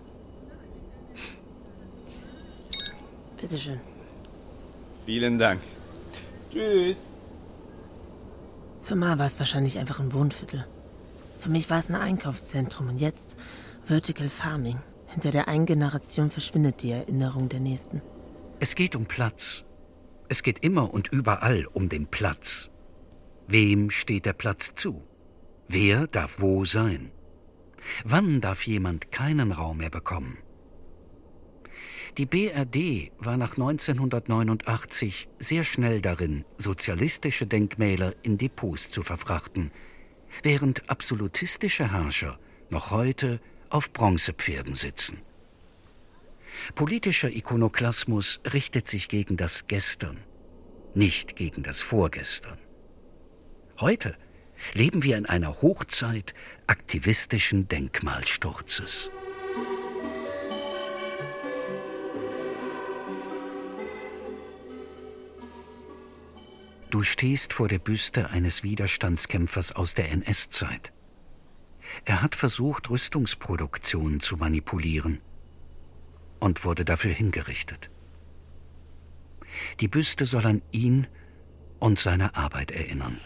Bitteschön. Vielen Dank. Tschüss. Für Ma war es wahrscheinlich einfach ein Wohnviertel. Für mich war es ein Einkaufszentrum und jetzt Vertical Farming. Hinter der einen Generation verschwindet die Erinnerung der nächsten. Es geht um Platz. Es geht immer und überall um den Platz. Wem steht der Platz zu? Wer darf wo sein? Wann darf jemand keinen Raum mehr bekommen? Die B R D war nach neunzehnhundertneunundachtzig sehr schnell darin, sozialistische Denkmäler in Depots zu verfrachten, während absolutistische Herrscher noch heute auf Bronzepferden sitzen. Politischer Ikonoklasmus richtet sich gegen das Gestern, nicht gegen das Vorgestern. Heute leben wir in einer Hochzeit aktivistischen Denkmalsturzes. Du stehst vor der Büste eines Widerstandskämpfers aus der N S-Zeit. Er hat versucht, Rüstungsproduktion zu manipulieren und wurde dafür hingerichtet. Die Büste soll an ihn und seine Arbeit erinnern.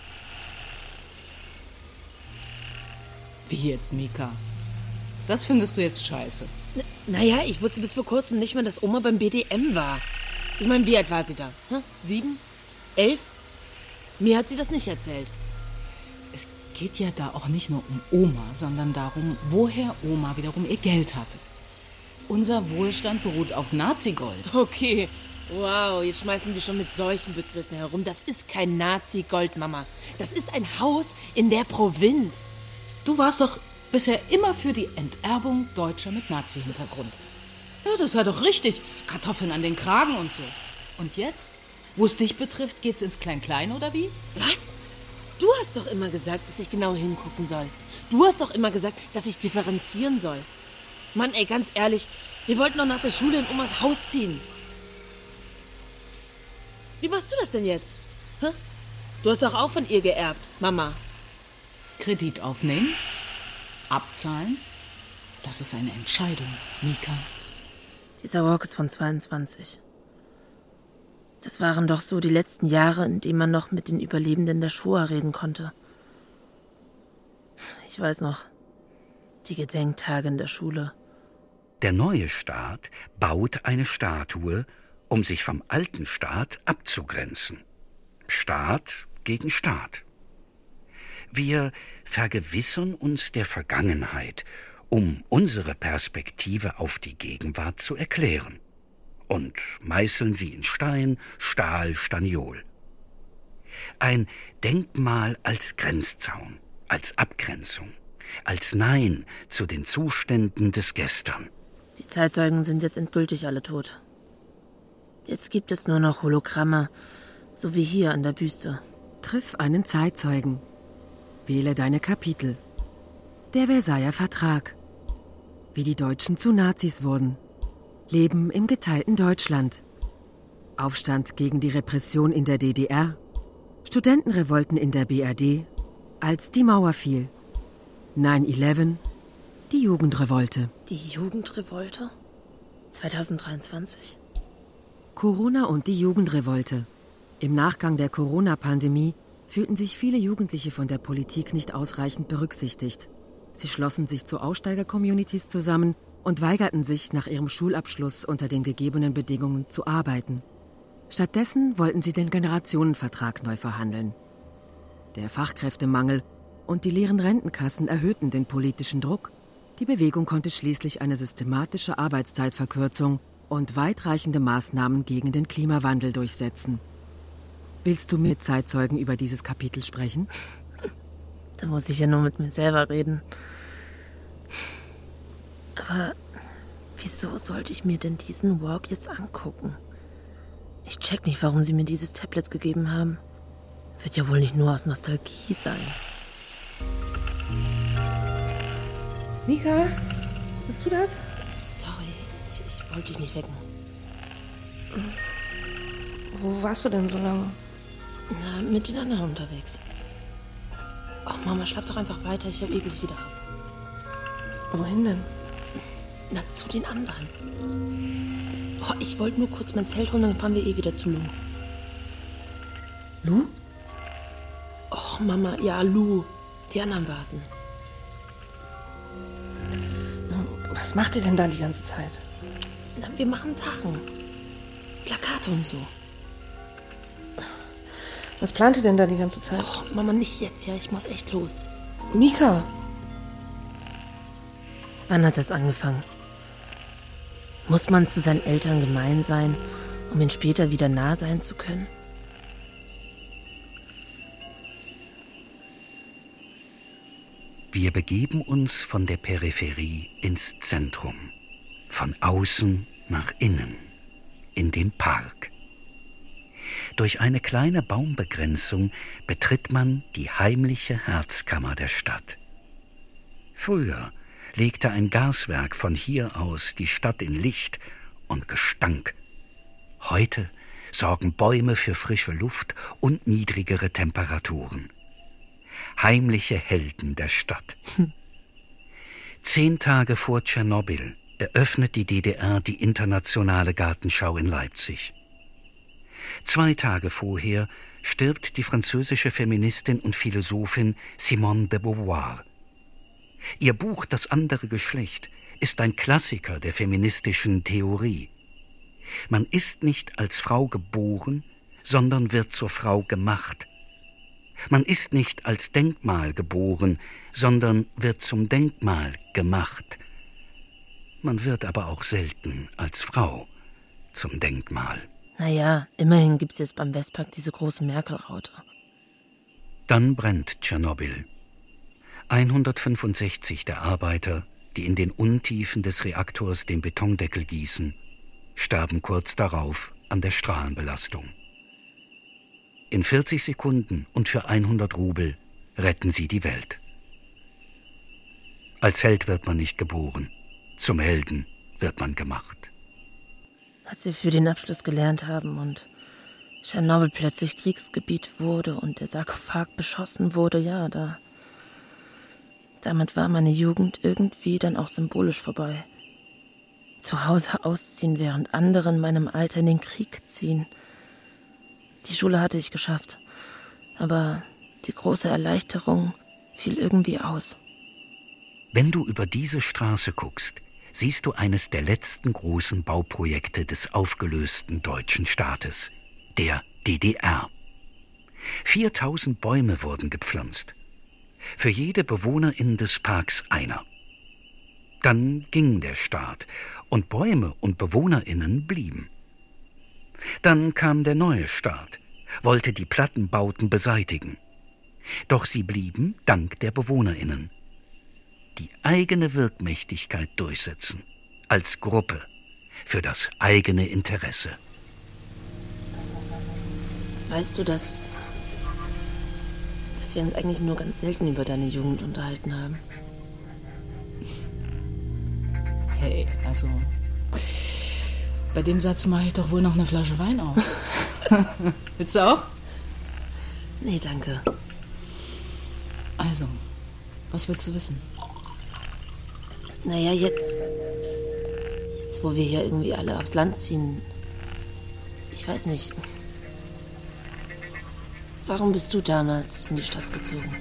Wie jetzt, Mika? Das findest du jetzt scheiße? N- naja, ich wusste bis vor kurzem nicht mal, dass Oma beim B D M war. Ich meine, wie alt war sie da? Hm? Sieben? Elf? Mir hat sie das nicht erzählt. Es geht ja da auch nicht nur um Oma, sondern darum, woher Oma wiederum ihr Geld hatte. Unser Wohlstand beruht auf Nazi-Gold. Okay. Wow, jetzt schmeißen wir schon mit solchen Begriffen herum. Das ist kein Nazi-Gold, Mama. Das ist ein Haus in der Provinz. Du warst doch bisher immer für die Enterbung Deutscher mit Nazi-Hintergrund. Ja, das war doch richtig. Kartoffeln an den Kragen und so. Und jetzt, wo es dich betrifft, geht's ins Klein-Klein oder wie? Was? Du hast doch immer gesagt, dass ich genau hingucken soll. Du hast doch immer gesagt, dass ich differenzieren soll. Mann, ey, ganz ehrlich, wir wollten doch nach der Schule in Omas Haus ziehen. Wie machst du das denn jetzt? Hä? Du hast doch auch von ihr geerbt, Mama. Kredit aufnehmen? Abzahlen? Das ist eine Entscheidung, Mika. Dieser Walk ist von zweiundzwanzig. Das waren doch so die letzten Jahre, in denen man noch mit den Überlebenden der Shoah reden konnte. Ich weiß noch, die Gedenktage in der Schule. Der neue Staat baut eine Statue, um sich vom alten Staat abzugrenzen. Staat gegen Staat. Wir vergewissern uns der Vergangenheit, um unsere Perspektive auf die Gegenwart zu erklären. Und meißeln sie in Stein, Stahl, Staniol. Ein Denkmal als Grenzzaun, als Abgrenzung, als Nein zu den Zuständen des Gestern. Die Zeitzeugen sind jetzt endgültig alle tot. Jetzt gibt es nur noch Hologramme, so wie hier an der Büste. Triff einen Zeitzeugen. Wähle deine Kapitel. Der Versailler Vertrag. Wie die Deutschen zu Nazis wurden. Leben im geteilten Deutschland. Aufstand gegen die Repression in der D D R. Studentenrevolten in der B R D. Als die Mauer fiel. neun elf. Die Jugendrevolte. Die Jugendrevolte? zweitausenddreiundzwanzig? Corona und die Jugendrevolte. Im Nachgang der Corona-Pandemie fühlten sich viele Jugendliche von der Politik nicht ausreichend berücksichtigt. Sie schlossen sich zu Aussteiger-Communities zusammen und weigerten sich, nach ihrem Schulabschluss unter den gegebenen Bedingungen zu arbeiten. Stattdessen wollten sie den Generationenvertrag neu verhandeln. Der Fachkräftemangel und die leeren Rentenkassen erhöhten den politischen Druck. Die Bewegung konnte schließlich eine systematische Arbeitszeitverkürzung und weitreichende Maßnahmen gegen den Klimawandel durchsetzen. Willst du mit Zeitzeugen über dieses Kapitel sprechen? Da muss ich ja nur mit mir selber reden. Aber Wieso sollte ich mir denn diesen Walk jetzt angucken? Ich check nicht, warum sie mir dieses Tablet gegeben haben. Wird ja wohl nicht nur aus Nostalgie sein. Mika, bist du das? Sorry, ich, ich wollte dich nicht wecken. Wo warst du denn so lange? Na, mit den anderen unterwegs. Ach, Mama, schlaf doch einfach weiter. Ich hab eh gleich wieder ab. Wohin denn? Na, zu den anderen. Oh, ich wollte nur kurz mein Zelt holen, dann fahren wir eh wieder zu Lou. Lou? Och, Mama, ja, Lou. Die anderen warten. Was macht ihr denn da die ganze Zeit? Na, wir machen Sachen. Plakate und so. Was plant ihr denn da die ganze Zeit? Och, Mama, nicht jetzt, ja. Ich muss echt los. Mika! Wann hat das angefangen? Muss man zu seinen Eltern gemein sein, um ihnen später wieder nah sein zu können? Wir begeben uns von der Peripherie ins Zentrum, von außen nach innen, in den Park. Durch eine kleine Baumbegrenzung betritt man die heimliche Herzkammer der Stadt. Früher legte ein Gaswerk von hier aus die Stadt in Licht und Gestank. Heute sorgen Bäume für frische Luft und niedrigere Temperaturen. Heimliche Helden der Stadt. Zehn Tage vor Tschernobyl eröffnet die D D R die internationale Gartenschau in Leipzig. Zwei Tage vorher stirbt die französische Feministin und Philosophin Simone de Beauvoir. Ihr Buch »Das andere Geschlecht« ist ein Klassiker der feministischen Theorie. Man ist nicht als Frau geboren, sondern wird zur Frau gemacht. Man ist nicht als Denkmal geboren, sondern wird zum Denkmal gemacht. Man wird aber auch selten als Frau zum Denkmal. Naja, immerhin gibt's jetzt beim Westpark diese große Merkel-Raute. Dann brennt Tschernobyl. hundertfünfundsechzig der Arbeiter, die in den Untiefen des Reaktors den Betondeckel gießen, starben kurz darauf an der Strahlenbelastung. In vierzig Sekunden und für hundert Rubel retten sie die Welt. Als Held wird man nicht geboren, zum Helden wird man gemacht. Als wir für den Abschluss gelernt haben und Tschernobyl plötzlich Kriegsgebiet wurde und der Sarkophag beschossen wurde, ja, da... Damit war meine Jugend irgendwie dann auch symbolisch vorbei. Zu Hause ausziehen, während andere in meinem Alter in den Krieg ziehen. Die Schule hatte ich geschafft, aber die große Erleichterung fiel irgendwie aus. Wenn du über diese Straße guckst, siehst du eines der letzten großen Bauprojekte des aufgelösten deutschen Staates, der D D R. viertausend Bäume wurden gepflanzt. Für jede Bewohnerin des Parks einer. Dann ging der Staat und Bäume und BewohnerInnen blieben. Dann kam der neue Staat, wollte die Plattenbauten beseitigen. Doch sie blieben dank der BewohnerInnen. Die eigene Wirkmächtigkeit durchsetzen, als Gruppe, für das eigene Interesse. Weißt du, dass, dass wir uns eigentlich nur ganz selten über deine Jugend unterhalten haben? Hey, also, bei dem Satz mache ich doch wohl noch eine Flasche Wein auf. Willst du auch? Nee, danke. Also, was willst du wissen? Naja, jetzt, jetzt, wo wir hier irgendwie alle aufs Land ziehen, ich weiß nicht. Warum bist du damals in die Stadt gezogen?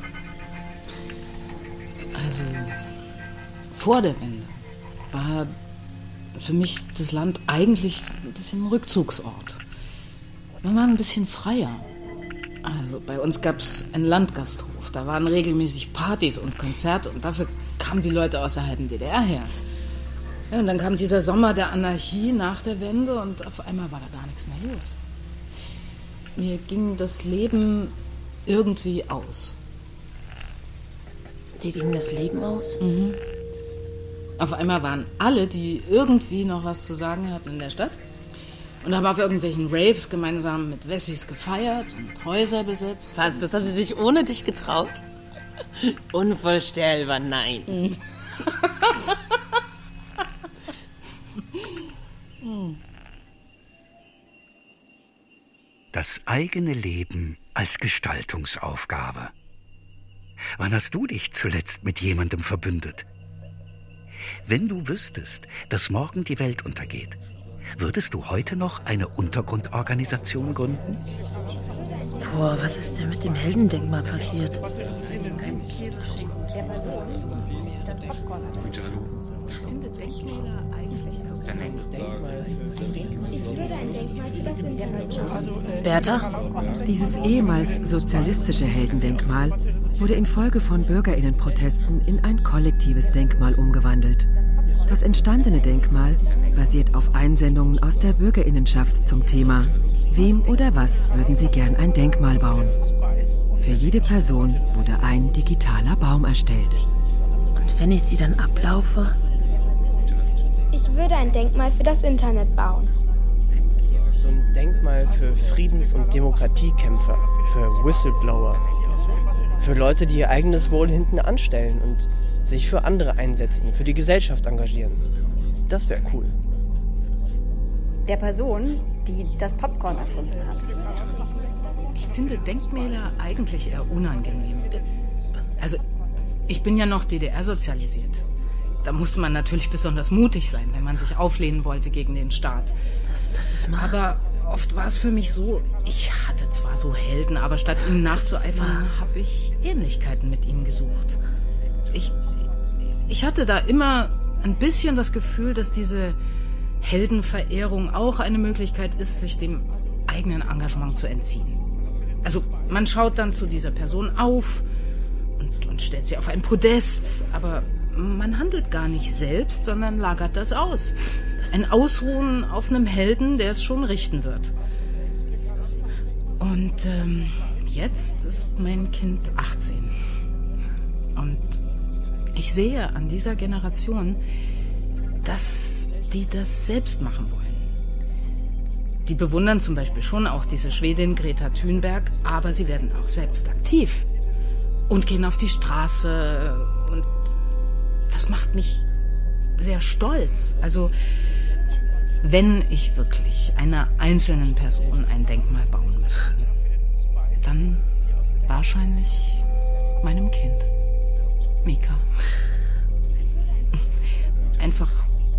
Also, vor der Wende war für mich das Land eigentlich ein bisschen ein Rückzugsort. Man war ein bisschen freier. Also bei uns gab es einen Landgasthof. Da waren regelmäßig Partys und Konzerte und dafür kamen die Leute aus der halben D D R her. Ja, und dann kam dieser Sommer der Anarchie nach der Wende und auf einmal war da gar nichts mehr los. Mir ging das Leben irgendwie aus. Dir ging das Leben aus? Mhm. Auf einmal waren alle, die irgendwie noch was zu sagen hatten, in der Stadt und haben auf irgendwelchen Raves gemeinsam mit Wessis gefeiert und Häuser besetzt. Was, das haben sie sich ohne dich getraut? Unvorstellbar, nein. Mhm. Das eigene Leben als Gestaltungsaufgabe. Wann hast du dich zuletzt mit jemandem verbündet? Wenn du wüsstest, dass morgen die Welt untergeht, würdest du heute noch eine Untergrundorganisation gründen? Boah, was ist denn mit dem Heldendenkmal passiert? Bertha? Dieses ehemals sozialistische Heldendenkmal wurde infolge von BürgerInnenprotesten in ein kollektives Denkmal umgewandelt. Das entstandene Denkmal basiert auf Einsendungen aus der Bürgerinnenschaft zum Thema: Wem oder was würden Sie gern ein Denkmal bauen? Für jede Person wurde ein digitaler Baum erstellt. Und wenn ich sie dann ablaufe? Ich würde ein Denkmal für das Internet bauen. So ein Denkmal für Friedens- und Demokratiekämpfer, für Whistleblower, für Leute, die ihr eigenes Wohl hinten anstellen und sich für andere einsetzen, für die Gesellschaft engagieren. Das wäre cool. Der Person, die das Popcorn erfunden hat. Ich finde Denkmäler eigentlich eher unangenehm. Also, ich bin ja noch D D R sozialisiert. Da musste man natürlich besonders mutig sein, wenn man sich auflehnen wollte gegen den Staat. Das, das ist mal... Aber oft war es für mich so, ich hatte zwar so Helden, aber statt ihnen nachzueifern, habe ich Ähnlichkeiten mit ihnen gesucht. Ich, ich hatte da immer ein bisschen das Gefühl, dass diese Heldenverehrung auch eine Möglichkeit ist, sich dem eigenen Engagement zu entziehen. Also man schaut dann zu dieser Person auf und, und stellt sie auf ein Podest, aber man handelt gar nicht selbst, sondern lagert das aus. Ein Ausruhen auf einem Helden, der es schon richten wird. Und ähm, jetzt ist mein Kind achtzehn. Und ich sehe an dieser Generation, dass die das selbst machen wollen. Die bewundern zum Beispiel schon auch diese Schwedin Greta Thunberg, aber sie werden auch selbst aktiv und gehen auf die Straße. Und das macht mich sehr stolz. Also, wenn ich wirklich einer einzelnen Person ein Denkmal bauen müsste, dann wahrscheinlich meinem Kind, Mika. Einfach,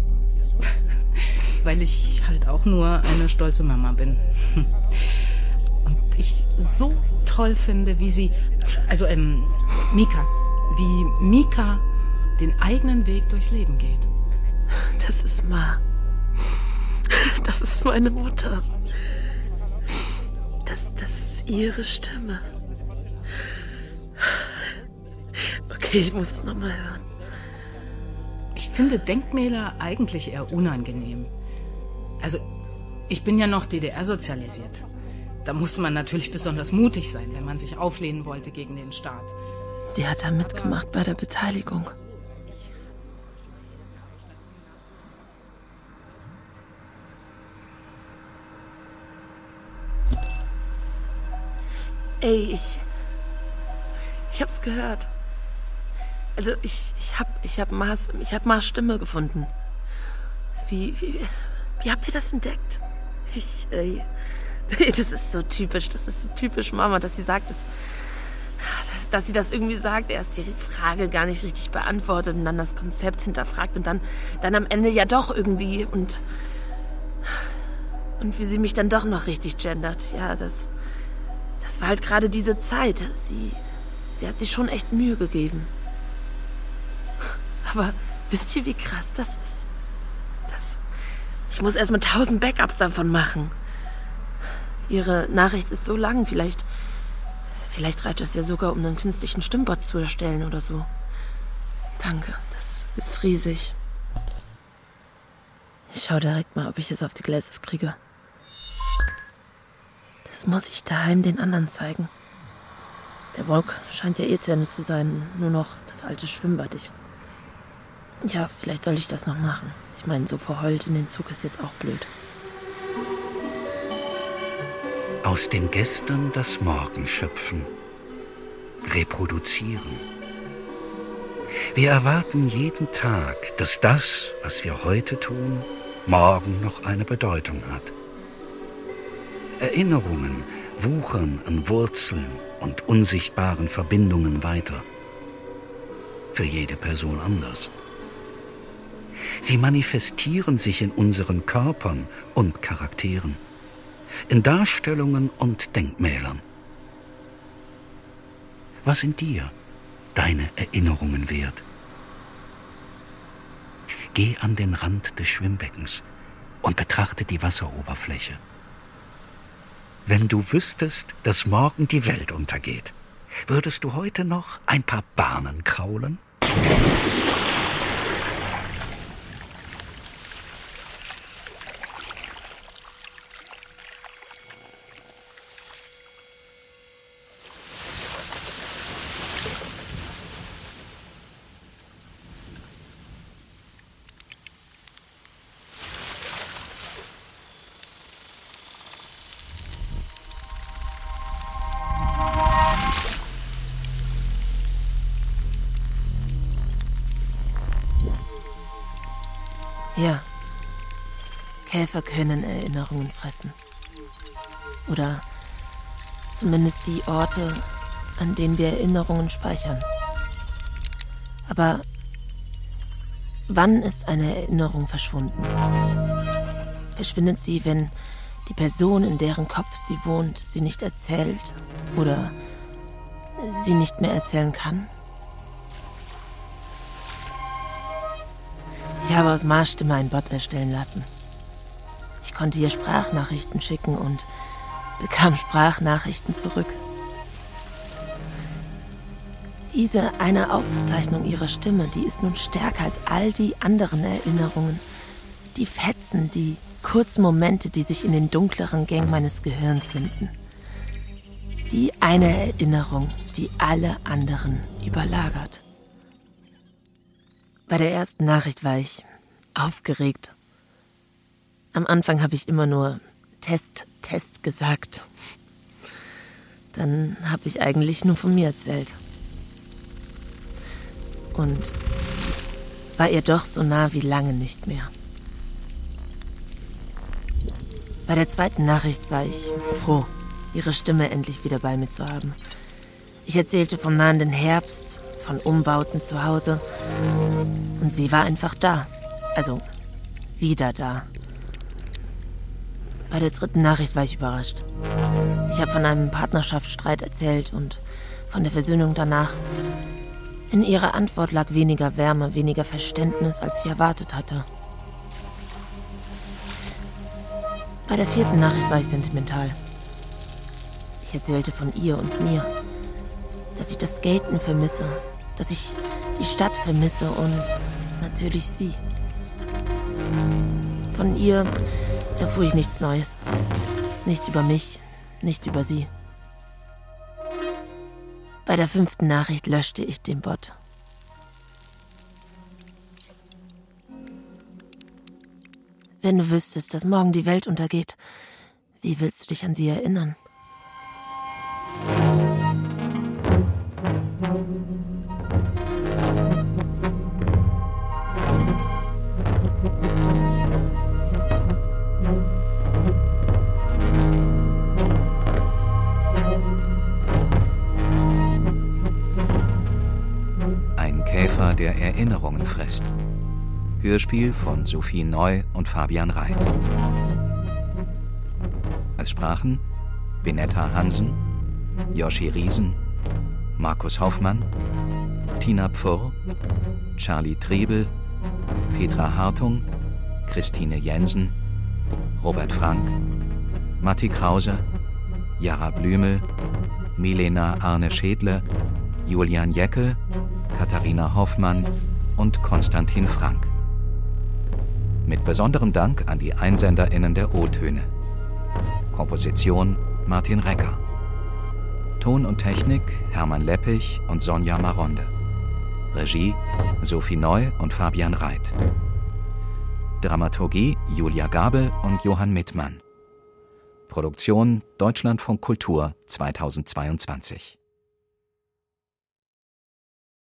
weil ich halt auch nur eine stolze Mama bin. Und ich so toll finde, wie sie, also ähm, Mika, wie Mika den eigenen Weg durchs Leben geht. Das ist Ma. Das ist meine Mutter. Das, das ist ihre Stimme. Okay, ich muss es nochmal hören. Ich finde Denkmäler eigentlich eher unangenehm. Also, ich bin ja noch D D R sozialisiert. Da musste man natürlich besonders mutig sein, wenn man sich auflehnen wollte gegen den Staat. Sie hat da mitgemacht bei der Beteiligung. Ey, ich... Ich hab's gehört. Also, ich, ich hab, ich hab Ma's, ich hab Ma's Stimme gefunden. Wie, wie, wie habt ihr das entdeckt? Ich, ey... Das ist so typisch, das ist so typisch Mama, dass sie sagt, dass, dass, dass sie das irgendwie sagt, erst die Frage gar nicht richtig beantwortet und dann das Konzept hinterfragt und dann, dann am Ende ja doch irgendwie und, und wie sie mich dann doch noch richtig gendert. Ja, das, das war halt gerade diese Zeit. Sie, sie hat sich schon echt Mühe gegeben. Aber wisst ihr, wie krass das ist? Das, ich muss erst mal tausend Backups davon machen. Ihre Nachricht ist so lang, vielleicht, vielleicht reicht das ja sogar, um einen künstlichen Stimmbot zu erstellen oder so. Danke, das ist riesig. Ich schau direkt mal, ob ich es auf die Gläser kriege. Das muss ich daheim den anderen zeigen. Der Walk scheint ja eh zu Ende zu sein, nur noch das alte Schwimmbad. Ich Ja, vielleicht soll ich das noch machen. Ich meine, so verheult in den Zug ist jetzt auch blöd. Aus dem Gestern das Morgen schöpfen. Reproduzieren. Wir erwarten jeden Tag, dass das, was wir heute tun, morgen noch eine Bedeutung hat. Erinnerungen wuchern an Wurzeln und unsichtbaren Verbindungen weiter. Für jede Person anders. Sie manifestieren sich in unseren Körpern und Charakteren, in Darstellungen und Denkmälern. Was sind dir deine Erinnerungen wert? Geh an den Rand des Schwimmbeckens und betrachte die Wasseroberfläche. Wenn du wüsstest, dass morgen die Welt untergeht, würdest du heute noch ein paar Bahnen kraulen? Ja, Käfer können Erinnerungen fressen. Oder zumindest die Orte, an denen wir Erinnerungen speichern. Aber wann ist eine Erinnerung verschwunden? Verschwindet sie, wenn die Person, in deren Kopf sie wohnt, sie nicht erzählt oder sie nicht mehr erzählen kann? Ich habe aus Mars Stimme ein Bot erstellen lassen. Ich konnte ihr Sprachnachrichten schicken und bekam Sprachnachrichten zurück. Diese eine Aufzeichnung ihrer Stimme, die ist nun stärker als all die anderen Erinnerungen. Die Fetzen, die kurzen Momente, die sich in den dunkleren Gängen meines Gehirns finden. Die eine Erinnerung, die alle anderen überlagert. Bei der ersten Nachricht war ich aufgeregt. Am Anfang habe ich immer nur Test, Test gesagt. Dann habe ich eigentlich nur von mir erzählt. Und war ihr doch so nah wie lange nicht mehr. Bei der zweiten Nachricht war ich froh, ihre Stimme endlich wieder bei mir zu haben. Ich erzählte vom nahenden Herbst, von Umbauten zu Hause. Und sie war einfach da. Also, wieder da. Bei der dritten Nachricht war ich überrascht. Ich habe von einem Partnerschaftsstreit erzählt und von der Versöhnung danach. In ihrer Antwort lag weniger Wärme, weniger Verständnis, als ich erwartet hatte. Bei der vierten Nachricht war ich sentimental. Ich erzählte von ihr und mir, dass ich das Skaten vermisse, dass ich die Stadt vermisse und natürlich sie. Von ihr erfuhr ich nichts Neues. Nicht über mich, nicht über sie. Bei der fünften Nachricht löschte ich den Bot. Wenn du wüsstest, dass morgen die Welt untergeht, wie willst du dich an sie erinnern? Ein Käfer, der Erinnerungen frisst. Hörspiel von Sophie Neu und Fabian Reit. Es sprachen Benetta Hansen, Joshi Riesen, Markus Hoffmann, Tina Pfurr, Charlie Trebel, Petra Hartung, Christine Jensen, Robert Frank, Matti Krause, Jara Blümel, Milena Arne Schädle, Julian Jeckel, Katharina Hoffmann und Konstantin Frank. Mit besonderem Dank an die EinsenderInnen der O-Töne. Komposition Martin Recker. Ton und Technik Hermann Leppich und Sonja Maronde. Regie Sophie Neu und Fabian Reit. Dramaturgie Julia Gabel und Johann Mittmann. Produktion Deutschlandfunk Kultur zweitausendzweiundzwanzig.